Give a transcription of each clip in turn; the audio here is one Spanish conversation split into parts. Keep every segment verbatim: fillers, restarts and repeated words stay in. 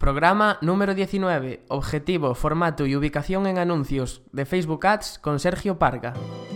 Programa número diecinueve. Objetivo, formato y ubicación en anuncios de Facebook Ads con Sergio Parga.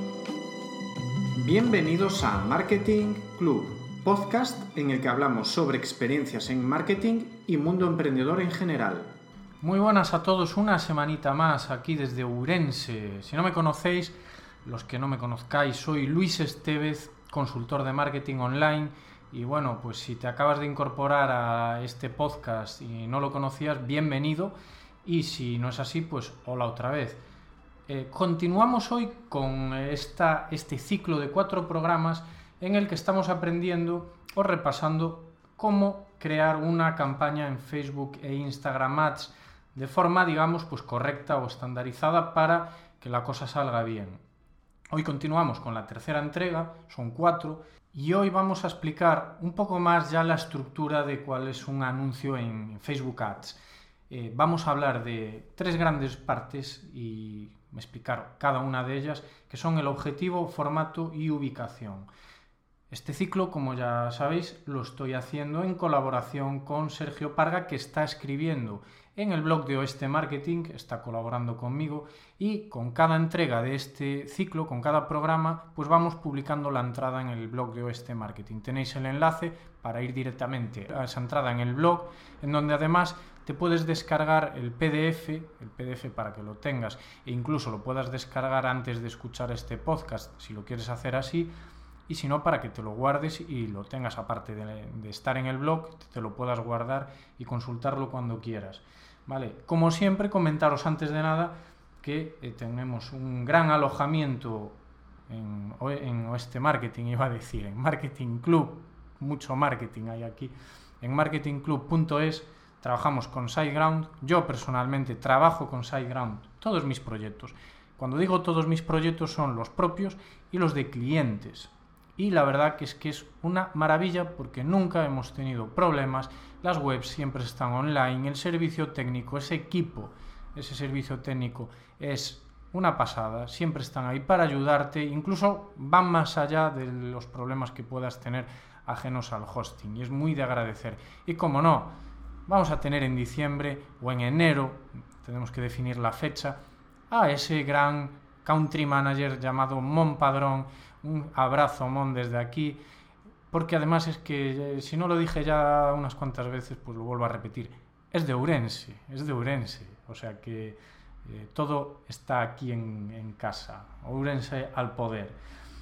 Bienvenidos a Marketing Club, podcast en el que hablamos sobre experiencias en marketing y mundo emprendedor en general. Muy buenas a todos, una semanita más aquí desde Ourense. Si no me conocéis, los que no me conozcáis, soy Luis Estevez, consultor de marketing online. Y bueno, pues si te acabas de incorporar a este podcast y no lo conocías, bienvenido. Y si no es así, pues hola otra vez. Eh, continuamos hoy con esta, este ciclo de cuatro programas en el que estamos aprendiendo o repasando cómo crear una campaña en Facebook e Instagram Ads de forma, digamos, pues correcta o estandarizada para que la cosa salga bien. Hoy continuamos con la tercera entrega, son cuatro. Y hoy vamos a explicar un poco más ya la estructura de cuál es un anuncio en Facebook Ads. Eh, vamos a hablar de tres grandes partes y explicar cada una de ellas, que son el objetivo, formato y ubicación. Este ciclo, como ya sabéis, lo estoy haciendo en colaboración con Sergio Parga, que está escribiendo en el blog de Oeste Marketing, está colaborando conmigo, y con cada entrega de este ciclo, con cada programa, pues vamos publicando la entrada en el blog de Oeste Marketing. Tenéis el enlace para ir directamente a esa entrada en el blog, en donde además te puedes descargar el P D F, el P D F para que lo tengas e incluso lo puedas descargar antes de escuchar este podcast, si lo quieres hacer así, y si no, para que te lo guardes y lo tengas, aparte de, de estar en el blog, te lo puedas guardar y consultarlo cuando quieras. Vale, como siempre, comentaros antes de nada que eh, tenemos un gran alojamiento en, en Oeste Marketing, iba a decir, en Marketing Club, mucho marketing hay aquí, en marketing club punto es. Trabajamos con SiteGround, yo personalmente trabajo con SiteGround, todos mis proyectos. Cuando digo todos mis proyectos son los propios y los de clientes. Y la verdad que es que es una maravilla porque nunca hemos tenido problemas, las webs siempre están online, el servicio técnico, ese equipo, ese servicio técnico es una pasada, siempre están ahí para ayudarte, incluso van más allá de los problemas que puedas tener ajenos al hosting y es muy de agradecer. Y como no, vamos a tener en diciembre o en enero, tenemos que definir la fecha, a ese gran country manager llamado Mon Padrón. Un abrazo, Mon, desde aquí, porque además es que, eh, si no lo dije ya unas cuantas veces, pues lo vuelvo a repetir, es de Ourense, es de Ourense, o sea que eh, todo está aquí en, en casa, Ourense al poder.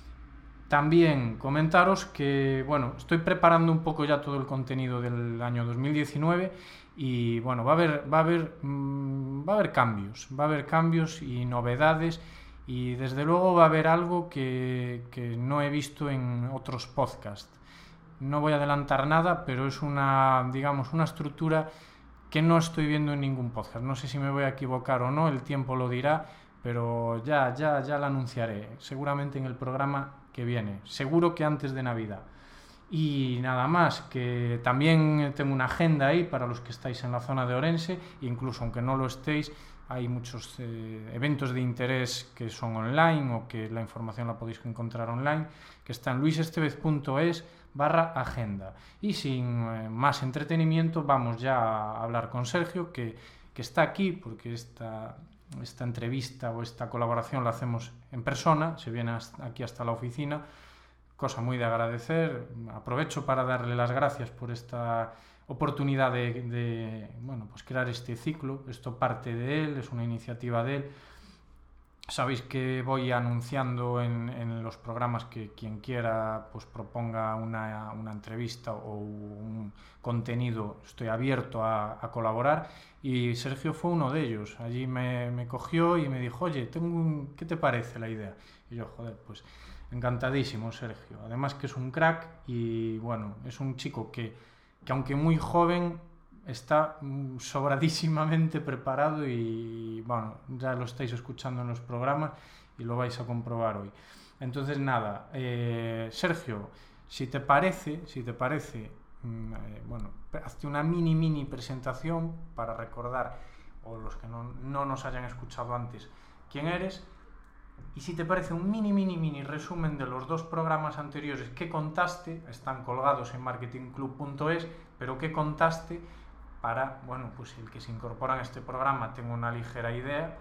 También comentaros que, bueno, estoy preparando un poco ya todo el contenido del año dos mil diecinueve y, bueno, va a haber, va a haber, mmm, va a haber cambios, va a haber cambios y novedades. Y desde luego va a haber algo que, que no he visto en otros podcasts. No voy a adelantar nada, pero es una, digamos, una estructura que no estoy viendo en ningún podcast. No sé si me voy a equivocar o no, el tiempo lo dirá, pero ya, ya, ya la anunciaré, seguramente en el programa que viene, seguro que antes de Navidad. Y nada más, que también tengo una agenda ahí para los que estáis en la zona de Ourense, incluso aunque no lo estéis, hay muchos eh, eventos de interés que son online o que la información la podéis encontrar online, que está en luisestevez punto es barra agenda. Y sin eh, más entretenimiento, vamos ya a hablar con Sergio, que, que está aquí, porque esta, esta entrevista o esta colaboración la hacemos en persona, se viene hasta, aquí hasta la oficina, cosa muy de agradecer. Aprovecho para darle las gracias por esta oportunidad de, de bueno, pues crear este ciclo. Esto parte de él, es una iniciativa de él. Sabéis que voy anunciando en, en los programas que quien quiera pues proponga una, una entrevista o un contenido, estoy abierto a, a colaborar, y Sergio fue uno de ellos. Allí me, me cogió y me dijo, oye, tengo un, ¿qué te parece la idea? Y yo, joder, pues encantadísimo, Sergio. Además que es un crack y bueno, es un chico que que aunque muy joven está sobradísimamente preparado y bueno, ya lo estáis escuchando en los programas y lo vais a comprobar hoy. Entonces nada, eh, Sergio, si te parece, si te parece, eh, bueno, hazte una mini mini presentación para recordar, o los que no, no nos hayan escuchado antes, quién eres. Y si te parece un mini, mini, mini resumen de los dos programas anteriores que contaste, están colgados en marketing club punto es, pero que contaste para, bueno, pues el que se incorpora en este programa tenga una ligera idea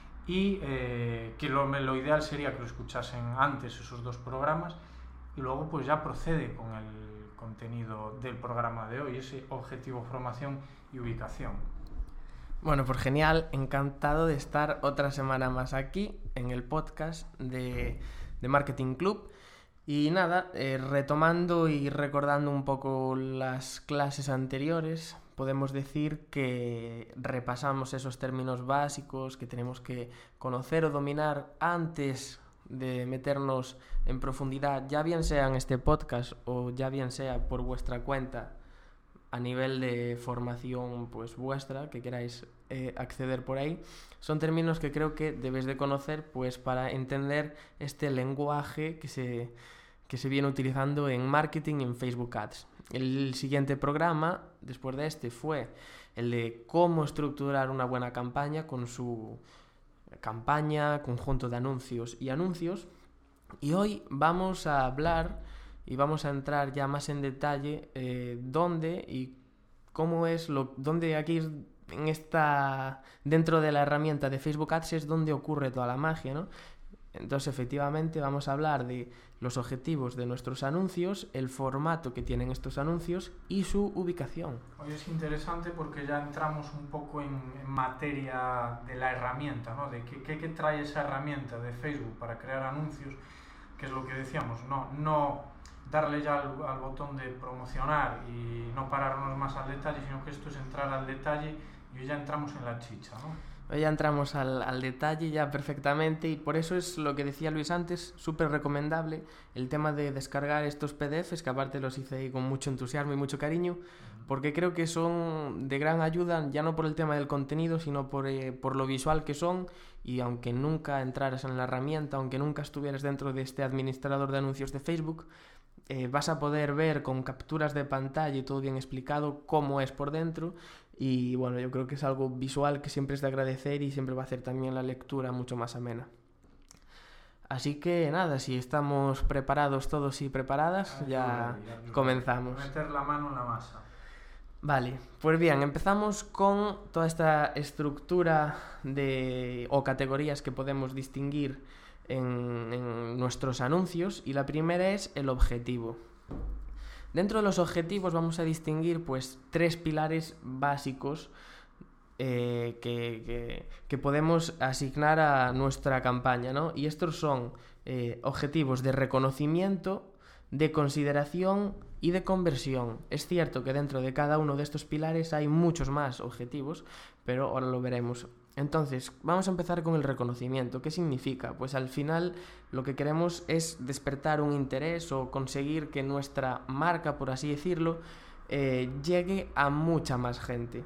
y eh, que lo, lo ideal sería que lo escuchasen antes esos dos programas y luego pues ya procede con el contenido del programa de hoy, ese objetivo, formación y ubicación. Bueno, pues genial, encantado de estar otra semana más aquí en el podcast de, de Marketing Club. Y nada, eh, retomando y recordando un poco las clases anteriores, podemos decir que repasamos esos términos básicos que tenemos que conocer o dominar antes de meternos en profundidad, ya bien sea en este podcast o ya bien sea por vuestra cuenta, a nivel de formación pues vuestra, que queráis eh, acceder por ahí. Son términos que creo que debéis de conocer pues para entender este lenguaje que se, que se viene utilizando en marketing y en Facebook Ads. El siguiente programa, después de este, fue el de cómo estructurar una buena campaña con su campaña, conjunto de anuncios y anuncios. Y hoy vamos a hablar y vamos a entrar ya más en detalle eh, dónde y cómo es lo dónde aquí en esta dentro de la herramienta de Facebook Ads es donde ocurre toda la magia, ¿no? Entonces, efectivamente, vamos a hablar de los objetivos de nuestros anuncios, el formato que tienen estos anuncios y su ubicación. Hoy es interesante porque ya entramos un poco en, en materia de la herramienta, ¿no? De qué, qué, qué trae esa herramienta de Facebook para crear anuncios, que es lo que decíamos, no, no darle ya al, al botón de promocionar y no pararnos más al detalle, sino que esto es entrar al detalle y hoy ya entramos en la chicha, ¿no? Hoy ya entramos al, al detalle ya perfectamente y por eso es lo que decía Luis antes, súper recomendable el tema de descargar estos P D Efes, que aparte los hice ahí con mucho entusiasmo y mucho cariño, porque creo que son de gran ayuda, ya no por el tema del contenido, sino por, eh, por lo visual que son, y aunque nunca entraras en la herramienta, aunque nunca estuvieras dentro de este administrador de anuncios de Facebook, eh, vas a poder ver con capturas de pantalla y todo bien explicado cómo es por dentro. Y bueno, yo creo que es algo visual que siempre es de agradecer y siempre va a hacer también la lectura mucho más amena. Así que nada, si estamos preparados todos y preparadas, Ay, ya ay, ay, ay, comenzamos. Meter la mano en la masa. Vale, pues bien, empezamos con toda esta estructura de, o categorías que podemos distinguir en, en nuestros anuncios, y la primera es el objetivo. Dentro de los objetivos vamos a distinguir pues tres pilares básicos eh, que, que, que podemos asignar a nuestra campaña, ¿no? Y estos son eh, objetivos de reconocimiento, de consideración y de conversión. Es cierto que dentro de cada uno de estos pilares hay muchos más objetivos, pero ahora lo veremos. Entonces, vamos a empezar con el reconocimiento. ¿Qué significa? Pues al final lo que queremos es despertar un interés o conseguir que nuestra marca, por así decirlo, eh, llegue a mucha más gente.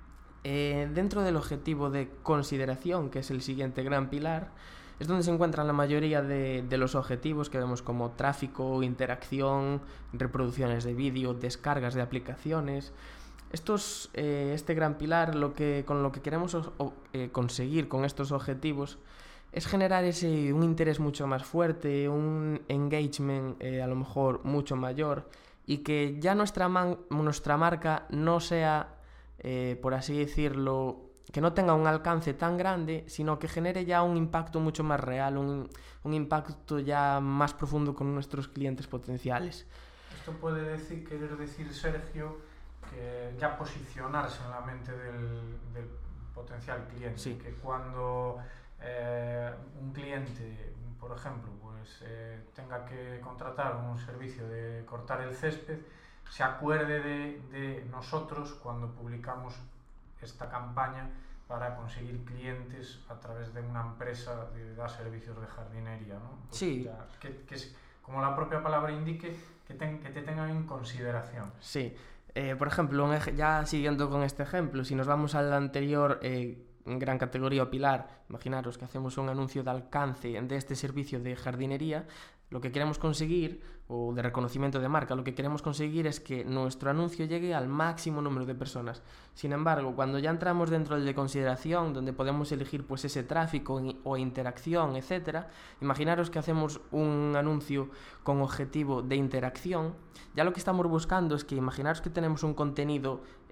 Eh, dentro del objetivo de consideración, que es el siguiente gran pilar, es donde se encuentran la mayoría de, de los objetivos que vemos, como tráfico, interacción, reproducciones de vídeo, descargas de aplicaciones. Estos, eh, este gran pilar, lo que, con lo que queremos o, o, eh, conseguir con estos objetivos es generar ese, un interés mucho más fuerte, un engagement eh, a lo mejor mucho mayor, y que ya nuestra, man, nuestra marca no sea, eh, por así decirlo, que no tenga un alcance tan grande, sino que genere ya un impacto mucho más real, un, un impacto ya más profundo con nuestros clientes potenciales. Esto puede decir, querer decir, Sergio, que ya posicionarse en la mente del, del potencial cliente, sí. Que cuando eh, un cliente, por ejemplo, pues eh, tenga que contratar un servicio de cortar el césped, se acuerde de, de nosotros cuando publicamos esta campaña para conseguir clientes a través de una empresa que da servicios de jardinería, ¿no? Pues sí. Ya, que, que es, como la propia palabra indique, que, ten, que te tengan en consideración. Sí. Eh, por ejemplo, ya siguiendo con este ejemplo, si nos vamos al anterior eh, gran categoría o pilar, imaginaros que hacemos un anuncio de alcance de este servicio de jardinería, lo que queremos conseguir, o de reconocimiento de marca, lo que queremos conseguir es que nuestro anuncio llegue al máximo número de personas. Sin embargo, cuando ya entramos dentro del de consideración, donde podemos elegir pues ese tráfico o interacción, etcétera, imaginaros que hacemos un anuncio con objetivo de interacción, ya lo que estamos buscando es que imaginaros que tenemos un contenido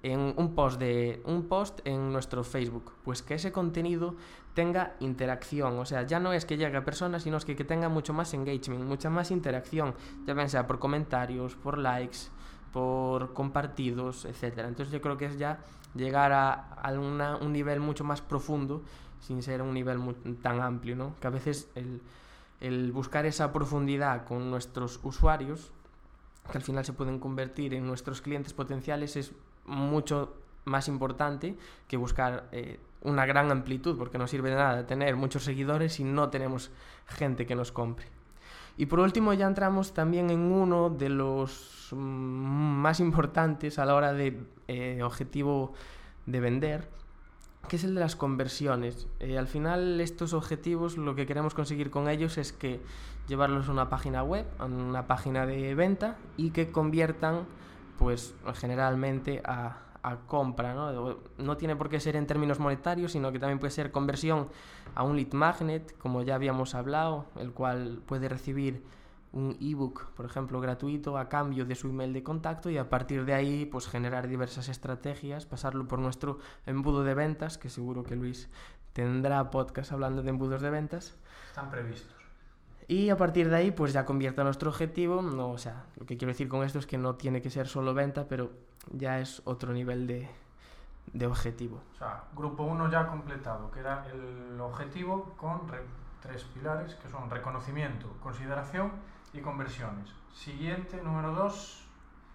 en un post de un post en nuestro Facebook, pues que ese contenido tenga interacción, o sea, ya no es que llegue a personas, sino es que, que tenga mucho más engagement, mucha más interacción, ya bien sea por comentarios, por likes, por compartidos, etcétera. Entonces yo creo que es ya llegar a, a una, un nivel mucho más profundo, sin ser un nivel muy, tan amplio, ¿no? Que a veces el, el buscar esa profundidad con nuestros usuarios, que al final se pueden convertir en nuestros clientes potenciales, es mucho más importante que buscar eh, una gran amplitud, porque no sirve de nada tener muchos seguidores si no tenemos gente que nos compre. Y por último ya entramos también en uno de los mm, más importantes a la hora de eh, objetivo de vender, que es el de las conversiones. Eh, al final estos objetivos, lo que queremos conseguir con ellos es que llevarlos a una página web, a una página de venta, y que conviertan pues generalmente a, a compra, ¿no? No tiene por qué ser en términos monetarios, sino que también puede ser conversión a un lead magnet, como ya habíamos hablado, el cual puede recibir un ebook, por ejemplo, gratuito a cambio de su email de contacto, y a partir de ahí pues generar diversas estrategias, pasarlo por nuestro embudo de ventas, que seguro que Luis tendrá podcast hablando de embudos de ventas. Están previstos. Y a partir de ahí pues ya convierta nuestro objetivo, no, o sea, lo que quiero decir con esto es que no tiene que ser solo venta, pero ya es otro nivel de, de objetivo. O sea, grupo uno ya completado, que era el objetivo con re- tres pilares, que son reconocimiento, consideración y conversiones. Siguiente, número dos.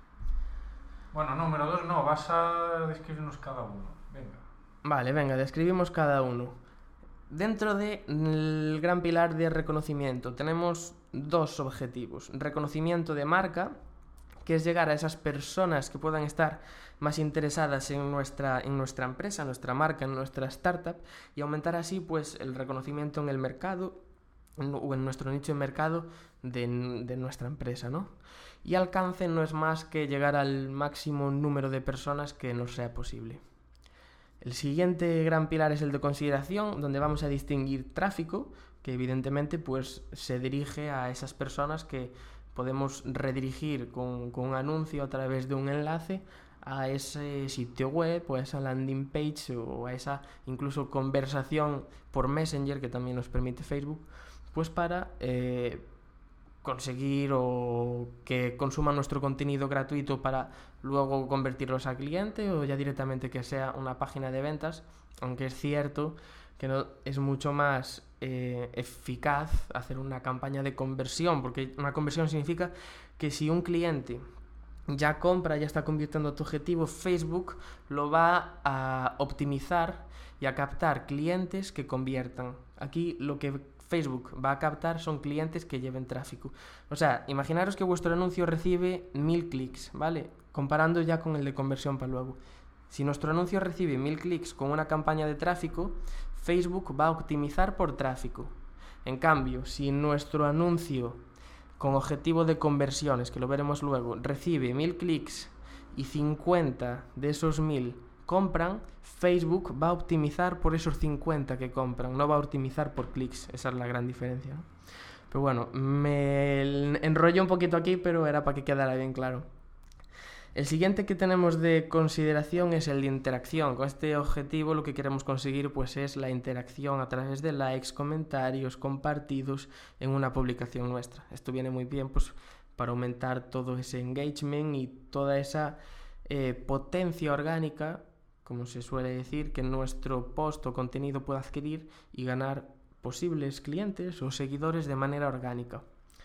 Bueno, número dos no, vas a describirnos cada uno. Venga. Vale, venga, describimos cada uno. Dentro del gran pilar de reconocimiento tenemos dos objetivos. Reconocimiento de marca, que es llegar a esas personas que puedan estar más interesadas en nuestra, en nuestra empresa, en nuestra marca, en nuestra startup, y aumentar así pues el reconocimiento en el mercado o en nuestro nicho de mercado de, de nuestra empresa, ¿no? Y alcance no es más que llegar al máximo número de personas que nos sea posible. El siguiente gran pilar es el de consideración, donde vamos a distinguir tráfico, que evidentemente pues se dirige a esas personas que podemos redirigir con, con un anuncio a través de un enlace a ese sitio web o a esa landing page o a esa incluso conversación por Messenger que también nos permite Facebook, pues para eh, conseguir o que consuman nuestro contenido gratuito para luego convertirlos a cliente, o ya directamente que sea una página de ventas, aunque es cierto que no, es mucho más eh, eficaz hacer una campaña de conversión, porque una conversión significa que si un cliente ya compra, ya está convirtiendo a tu objetivo, Facebook lo va a optimizar y a captar clientes que conviertan. Aquí lo que Facebook va a captar son clientes que lleven tráfico. O sea, imaginaros que vuestro anuncio recibe mil clics, ¿vale? Comparando ya con el de conversión para luego. Si nuestro anuncio recibe mil clics con una campaña de tráfico, Facebook va a optimizar por tráfico. En cambio, si nuestro anuncio con objetivo de conversiones, que lo veremos luego, recibe mil clics y cincuenta de esos mil compran, Facebook va a optimizar por esos cincuenta que compran, no va a optimizar por clics. Esa es la gran diferencia, ¿no? Pero bueno, me enrollo un poquito aquí, pero era para que quedara bien claro. El siguiente que tenemos de consideración es el de interacción. Con este objetivo lo que queremos conseguir pues es la interacción a través de likes, comentarios, compartidos en una publicación nuestra. Esto viene muy bien pues para aumentar todo ese engagement y toda esa eh, potencia orgánica, como se suele decir, que nuestro post o contenido pueda adquirir y ganar posibles clientes o seguidores de manera orgánica.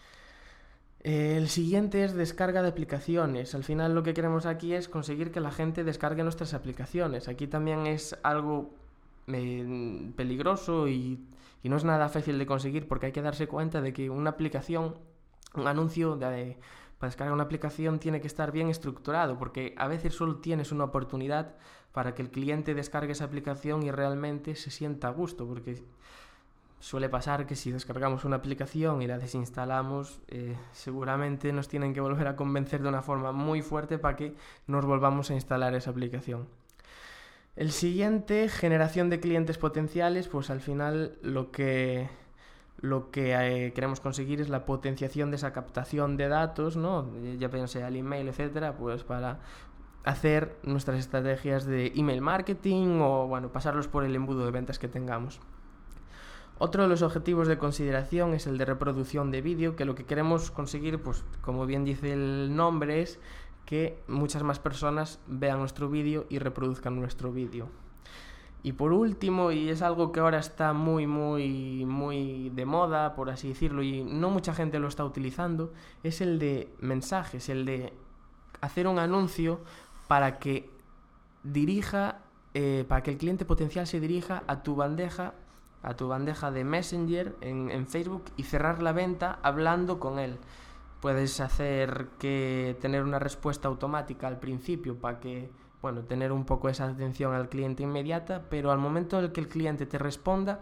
El siguiente es descarga de aplicaciones. Al final lo que queremos aquí es conseguir que la gente descargue nuestras aplicaciones. Aquí también es algo eh, peligroso y, y no es nada fácil de conseguir, porque hay que darse cuenta de que una aplicación, un anuncio de, para descargar una aplicación tiene que estar bien estructurado, porque a veces solo tienes una oportunidad para que el cliente descargue esa aplicación y realmente se sienta a gusto, porque suele pasar que si descargamos una aplicación y la desinstalamos, eh, seguramente nos tienen que volver a convencer de una forma muy fuerte para que nos volvamos a instalar esa aplicación. El siguiente, generación de clientes potenciales, pues al final lo que, lo que eh, queremos conseguir es la potenciación de esa captación de datos, ¿no? Ya sea el email, etcétera, pues para hacer nuestras estrategias de email marketing o, bueno, pasarlos por el embudo de ventas que tengamos. Otro de los objetivos de consideración es el de reproducción de vídeo, que lo que queremos conseguir, pues como bien dice el nombre, es que muchas más personas vean nuestro vídeo y reproduzcan nuestro vídeo. Y por último, y es algo que ahora está muy, muy, muy de moda, por así decirlo, y no mucha gente lo está utilizando, es el de mensajes, el de hacer un anuncio para que dirija, eh, para que el cliente potencial se dirija a tu bandeja a tu bandeja de Messenger en, en Facebook y cerrar la venta hablando con él. Puedes hacer que tener una respuesta automática al principio para que, bueno, tener un poco esa atención al cliente inmediata, pero al momento en el que el cliente te responda,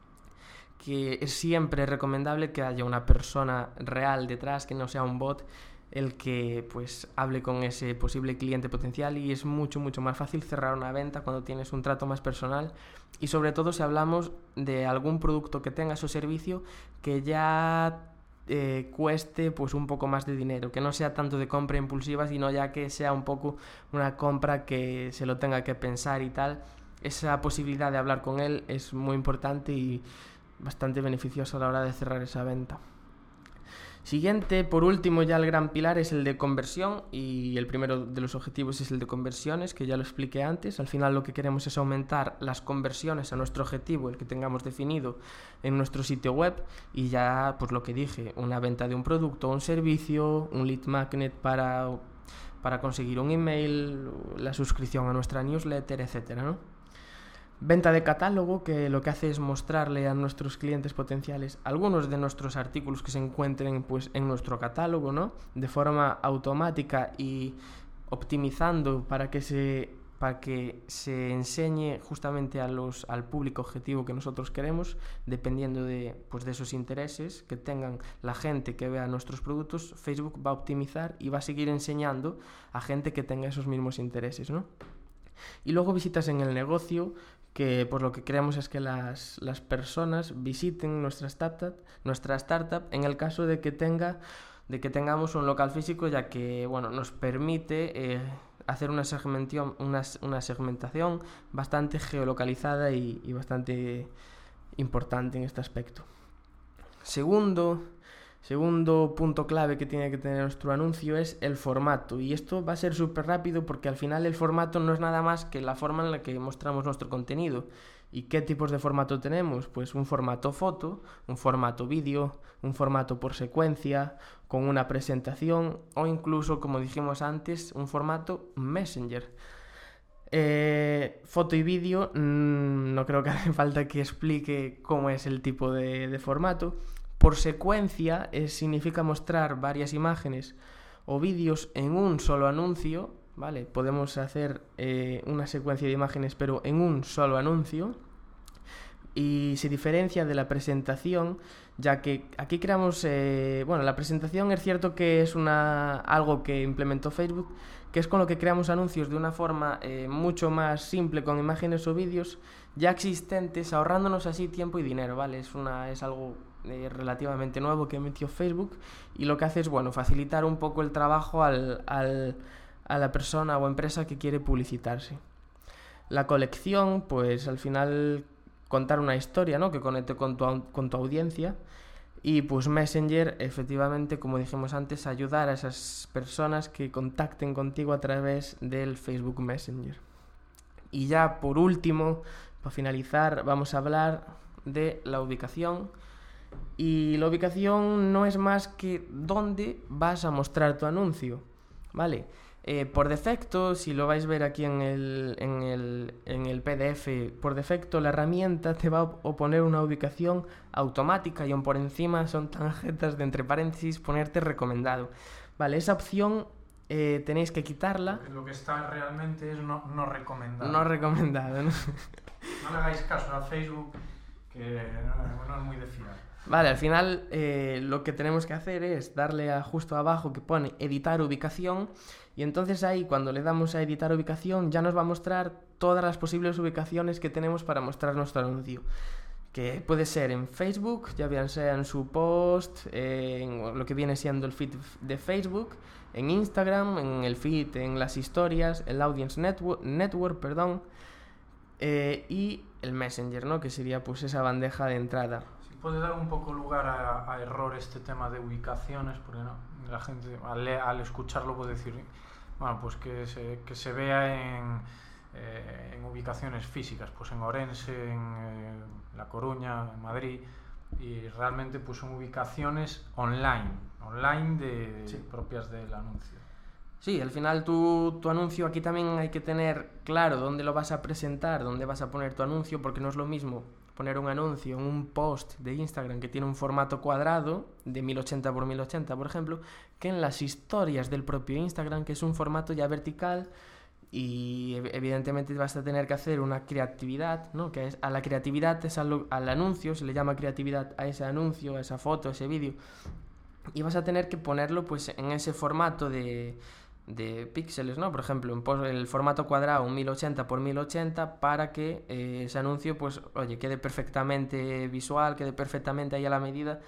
que es siempre recomendable que haya una persona real detrás, que no sea un bot el que pues hable con ese posible cliente potencial, y es mucho mucho más fácil cerrar una venta cuando tienes un trato más personal, y sobre todo si hablamos de algún producto que tengas o servicio que ya eh, cueste pues un poco más de dinero, que no sea tanto de compra impulsiva, sino ya que sea un poco una compra que se lo tenga que pensar y tal. Esa posibilidad de hablar con él es muy importante y bastante beneficiosa a la hora de cerrar esa venta. Siguiente, por último, ya el gran pilar es el de conversión, y el primero de los objetivos es el de conversiones, que ya lo expliqué antes. Al final lo que queremos es aumentar las conversiones a nuestro objetivo, el que tengamos definido en nuestro sitio web, y ya, pues lo que dije, una venta de un producto o un servicio, un lead magnet para, para conseguir un email, la suscripción a nuestra newsletter, etcétera, ¿no? Venta de catálogo, que lo que hace es mostrarle a nuestros clientes potenciales algunos de nuestros artículos que se encuentren pues en nuestro catálogo, ¿no? De forma automática y optimizando para que se para que se enseñe justamente a los al público objetivo que nosotros queremos, dependiendo de pues de esos intereses que tengan la gente que vea nuestros productos. Facebook va a optimizar y va a seguir enseñando a gente que tenga esos mismos intereses, ¿no? Y luego visitas en el negocio, que pues lo que queremos es que las, las personas visiten nuestra startup, nuestra startup en el caso de que tenga de que tengamos un local físico, ya que bueno, nos permite eh, hacer una segmentación, una, una segmentación bastante geolocalizada y, y bastante importante en este aspecto. Segundo, segundo punto clave que tiene que tener nuestro anuncio es el formato, y esto va a ser súper rápido porque al final el formato no es nada más que la forma en la que mostramos nuestro contenido. ¿Y qué tipos de formato tenemos? Pues un formato foto, un formato vídeo, un formato por secuencia, con una presentación, o incluso, como dijimos antes, un formato Messenger. Eh, foto y vídeo, mmm, no creo que haga falta que explique cómo es el tipo de, de formato. Por secuencia eh, significa mostrar varias imágenes o vídeos en un solo anuncio, ¿vale? Podemos hacer eh, una secuencia de imágenes pero en un solo anuncio, y se diferencia de la presentación, ya que aquí creamos, eh, bueno, la presentación es cierto que es una algo que implementó Facebook, que es con lo que creamos anuncios de una forma eh, mucho más simple, con imágenes o vídeos ya existentes, ahorrándonos así tiempo y dinero, ¿vale? Es una es algo eh, relativamente nuevo que metió Facebook, y lo que hace es, bueno, facilitar un poco el trabajo al, al, a la persona o empresa que quiere publicitarse. La colección, pues al final contar una historia, ¿no?, que conecte con tu, con tu audiencia. Y pues Messenger, efectivamente, como dijimos antes, ayudar a esas personas que contacten contigo a través del Facebook Messenger. Y ya por último, para finalizar, vamos a hablar de la ubicación. Y la ubicación no es más que dónde vas a mostrar tu anuncio, ¿vale? Eh, por defecto, si lo vais a ver aquí en el, en, el, en el P D F, por defecto la herramienta te va a poner una ubicación automática, y aún por encima son tarjetas de entre paréntesis ponerte recomendado. Vale, esa opción eh, tenéis que quitarla. Lo que está realmente es no, no recomendado. No recomendado, ¿no? No le hagáis caso a Facebook, que no, no es muy de fiar. Vale, al final eh, lo que tenemos que hacer es darle a justo abajo que pone editar ubicación, y entonces ahí cuando le damos a editar ubicación ya nos va a mostrar todas las posibles ubicaciones que tenemos para mostrar nuestro anuncio. que puede ser en Facebook, ya bien sea en su post, eh, en lo que viene siendo el feed de Facebook, en Instagram, en el feed, en las historias, el Audience Network, network perdón, eh, y el Messenger, ¿no? Que sería pues esa bandeja de entrada. Sí, puede dar un poco lugar a, a error este tema de ubicaciones, porque no, la gente al, al escucharlo puede decir, bueno, pues que se, que se vea en... Eh, en ubicaciones físicas, pues en Orense, en eh, La Coruña, en Madrid, y realmente pues son ubicaciones online, online de, sí. propias del anuncio. Sí, al final tu, tu anuncio aquí también hay que tener claro dónde lo vas a presentar, dónde vas a poner tu anuncio, porque no es lo mismo poner un anuncio en un post de Instagram que tiene un formato cuadrado de mil ochenta por mil ochenta, por ejemplo, que en las historias del propio Instagram, que es un formato ya vertical. Y evidentemente vas a tener que hacer una creatividad, ¿no? Que es, a la creatividad es al, al anuncio, se le llama creatividad a ese anuncio, a esa foto, a ese vídeo, y vas a tener que ponerlo pues en ese formato de, de píxeles, ¿no? Por ejemplo, en el formato cuadrado mil ochenta por mil ochenta para que eh, ese anuncio pues oye quede perfectamente visual, quede perfectamente ahí a la medida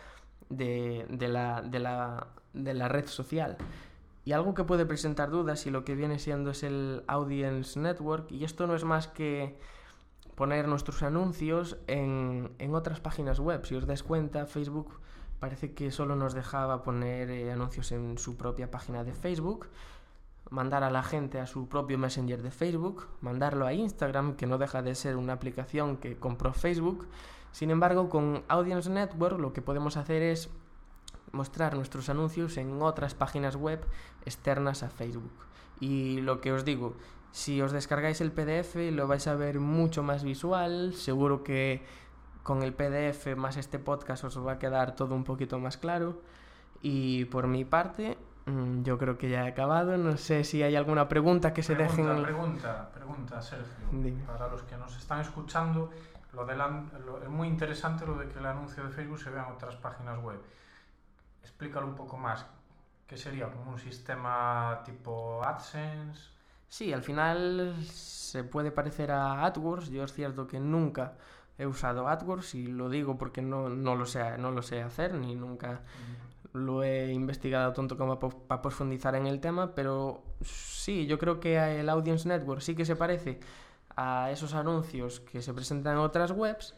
de, de, la, de, la, de la red social. Y algo que puede presentar dudas y lo que viene siendo es el Audience Network, y esto no es más que poner nuestros anuncios en, en otras páginas web. Si os dais cuenta, Facebook parece que solo nos dejaba poner eh, anuncios en su propia página de Facebook, mandar a la gente a su propio Messenger de Facebook, mandarlo a Instagram, que no deja de ser una aplicación que compró Facebook. Sin embargo, con Audience Network lo que podemos hacer es mostrar nuestros anuncios en otras páginas web externas a Facebook. Y lo que os digo, si os descargáis el P D F lo vais a ver mucho más visual, seguro que con el P D F más este podcast os va a quedar todo un poquito más claro. Y por mi parte, yo creo que ya he acabado. No sé si hay alguna pregunta que pregunta, se dejen... Pregunta, pregunta, Sergio. Dime. Para los que nos están escuchando, lo de la, lo, es muy interesante lo de que el anuncio de Facebook se vea en otras páginas web. Explícalo un poco más. ¿Qué sería? ¿Como un sistema tipo AdSense? Sí, al final se puede parecer a AdWords. Yo es cierto que nunca he usado AdWords y lo digo porque no, no, lo, sé, no lo sé hacer ni nunca mm. lo he investigado tanto como para profundizar en el tema, pero sí, yo creo que el Audience Network sí que se parece a esos anuncios que se presentan en otras webs.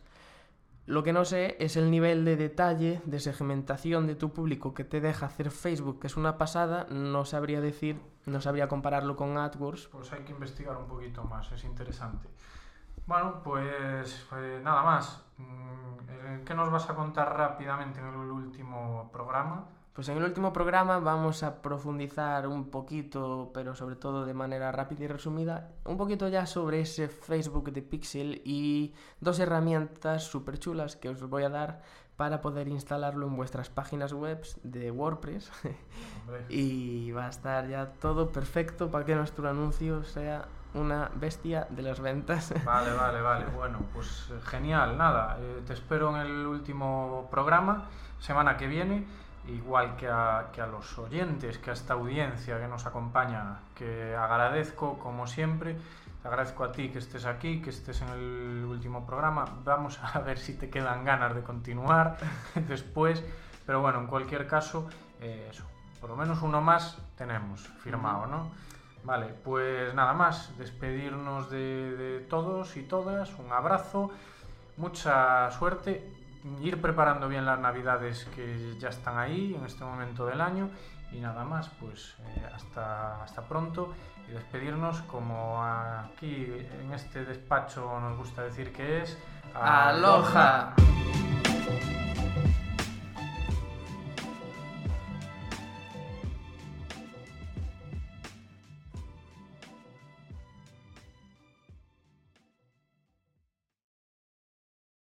Lo que no sé es el nivel de detalle, de segmentación de tu público que te deja hacer Facebook, que es una pasada. No sabría decir, no sabría compararlo con AdWords. Pues hay que investigar un poquito más, es interesante. Bueno, pues, pues nada más. ¿Qué nos vas a contar rápidamente en el último programa? Pues en el último programa vamos a profundizar un poquito, pero sobre todo de manera rápida y resumida, un poquito ya sobre ese Facebook de Pixel y dos herramientas súper chulas que os voy a dar para poder instalarlo en vuestras páginas web de WordPress. Y va a estar ya todo perfecto para que nuestro anuncio sea una bestia de las ventas. Vale, vale, vale. Bueno, pues genial. Nada, eh, te espero en el último programa, semana que viene. Igual que a, que a los oyentes, que a esta audiencia que nos acompaña, que agradezco como siempre, te agradezco a ti que estés aquí, que estés en el último programa. Vamos a ver si te quedan ganas de continuar después, pero bueno, en cualquier caso, eh, eso, por lo menos uno más tenemos firmado, ¿no? Vale, pues nada más, despedirnos de, de todos y todas, un abrazo, mucha suerte. Ir preparando bien las navidades que ya están ahí en este momento del año y nada más, pues eh, hasta, hasta pronto y despedirnos como aquí en este despacho nos gusta decir que es ¡Aloha! ¡Aloha!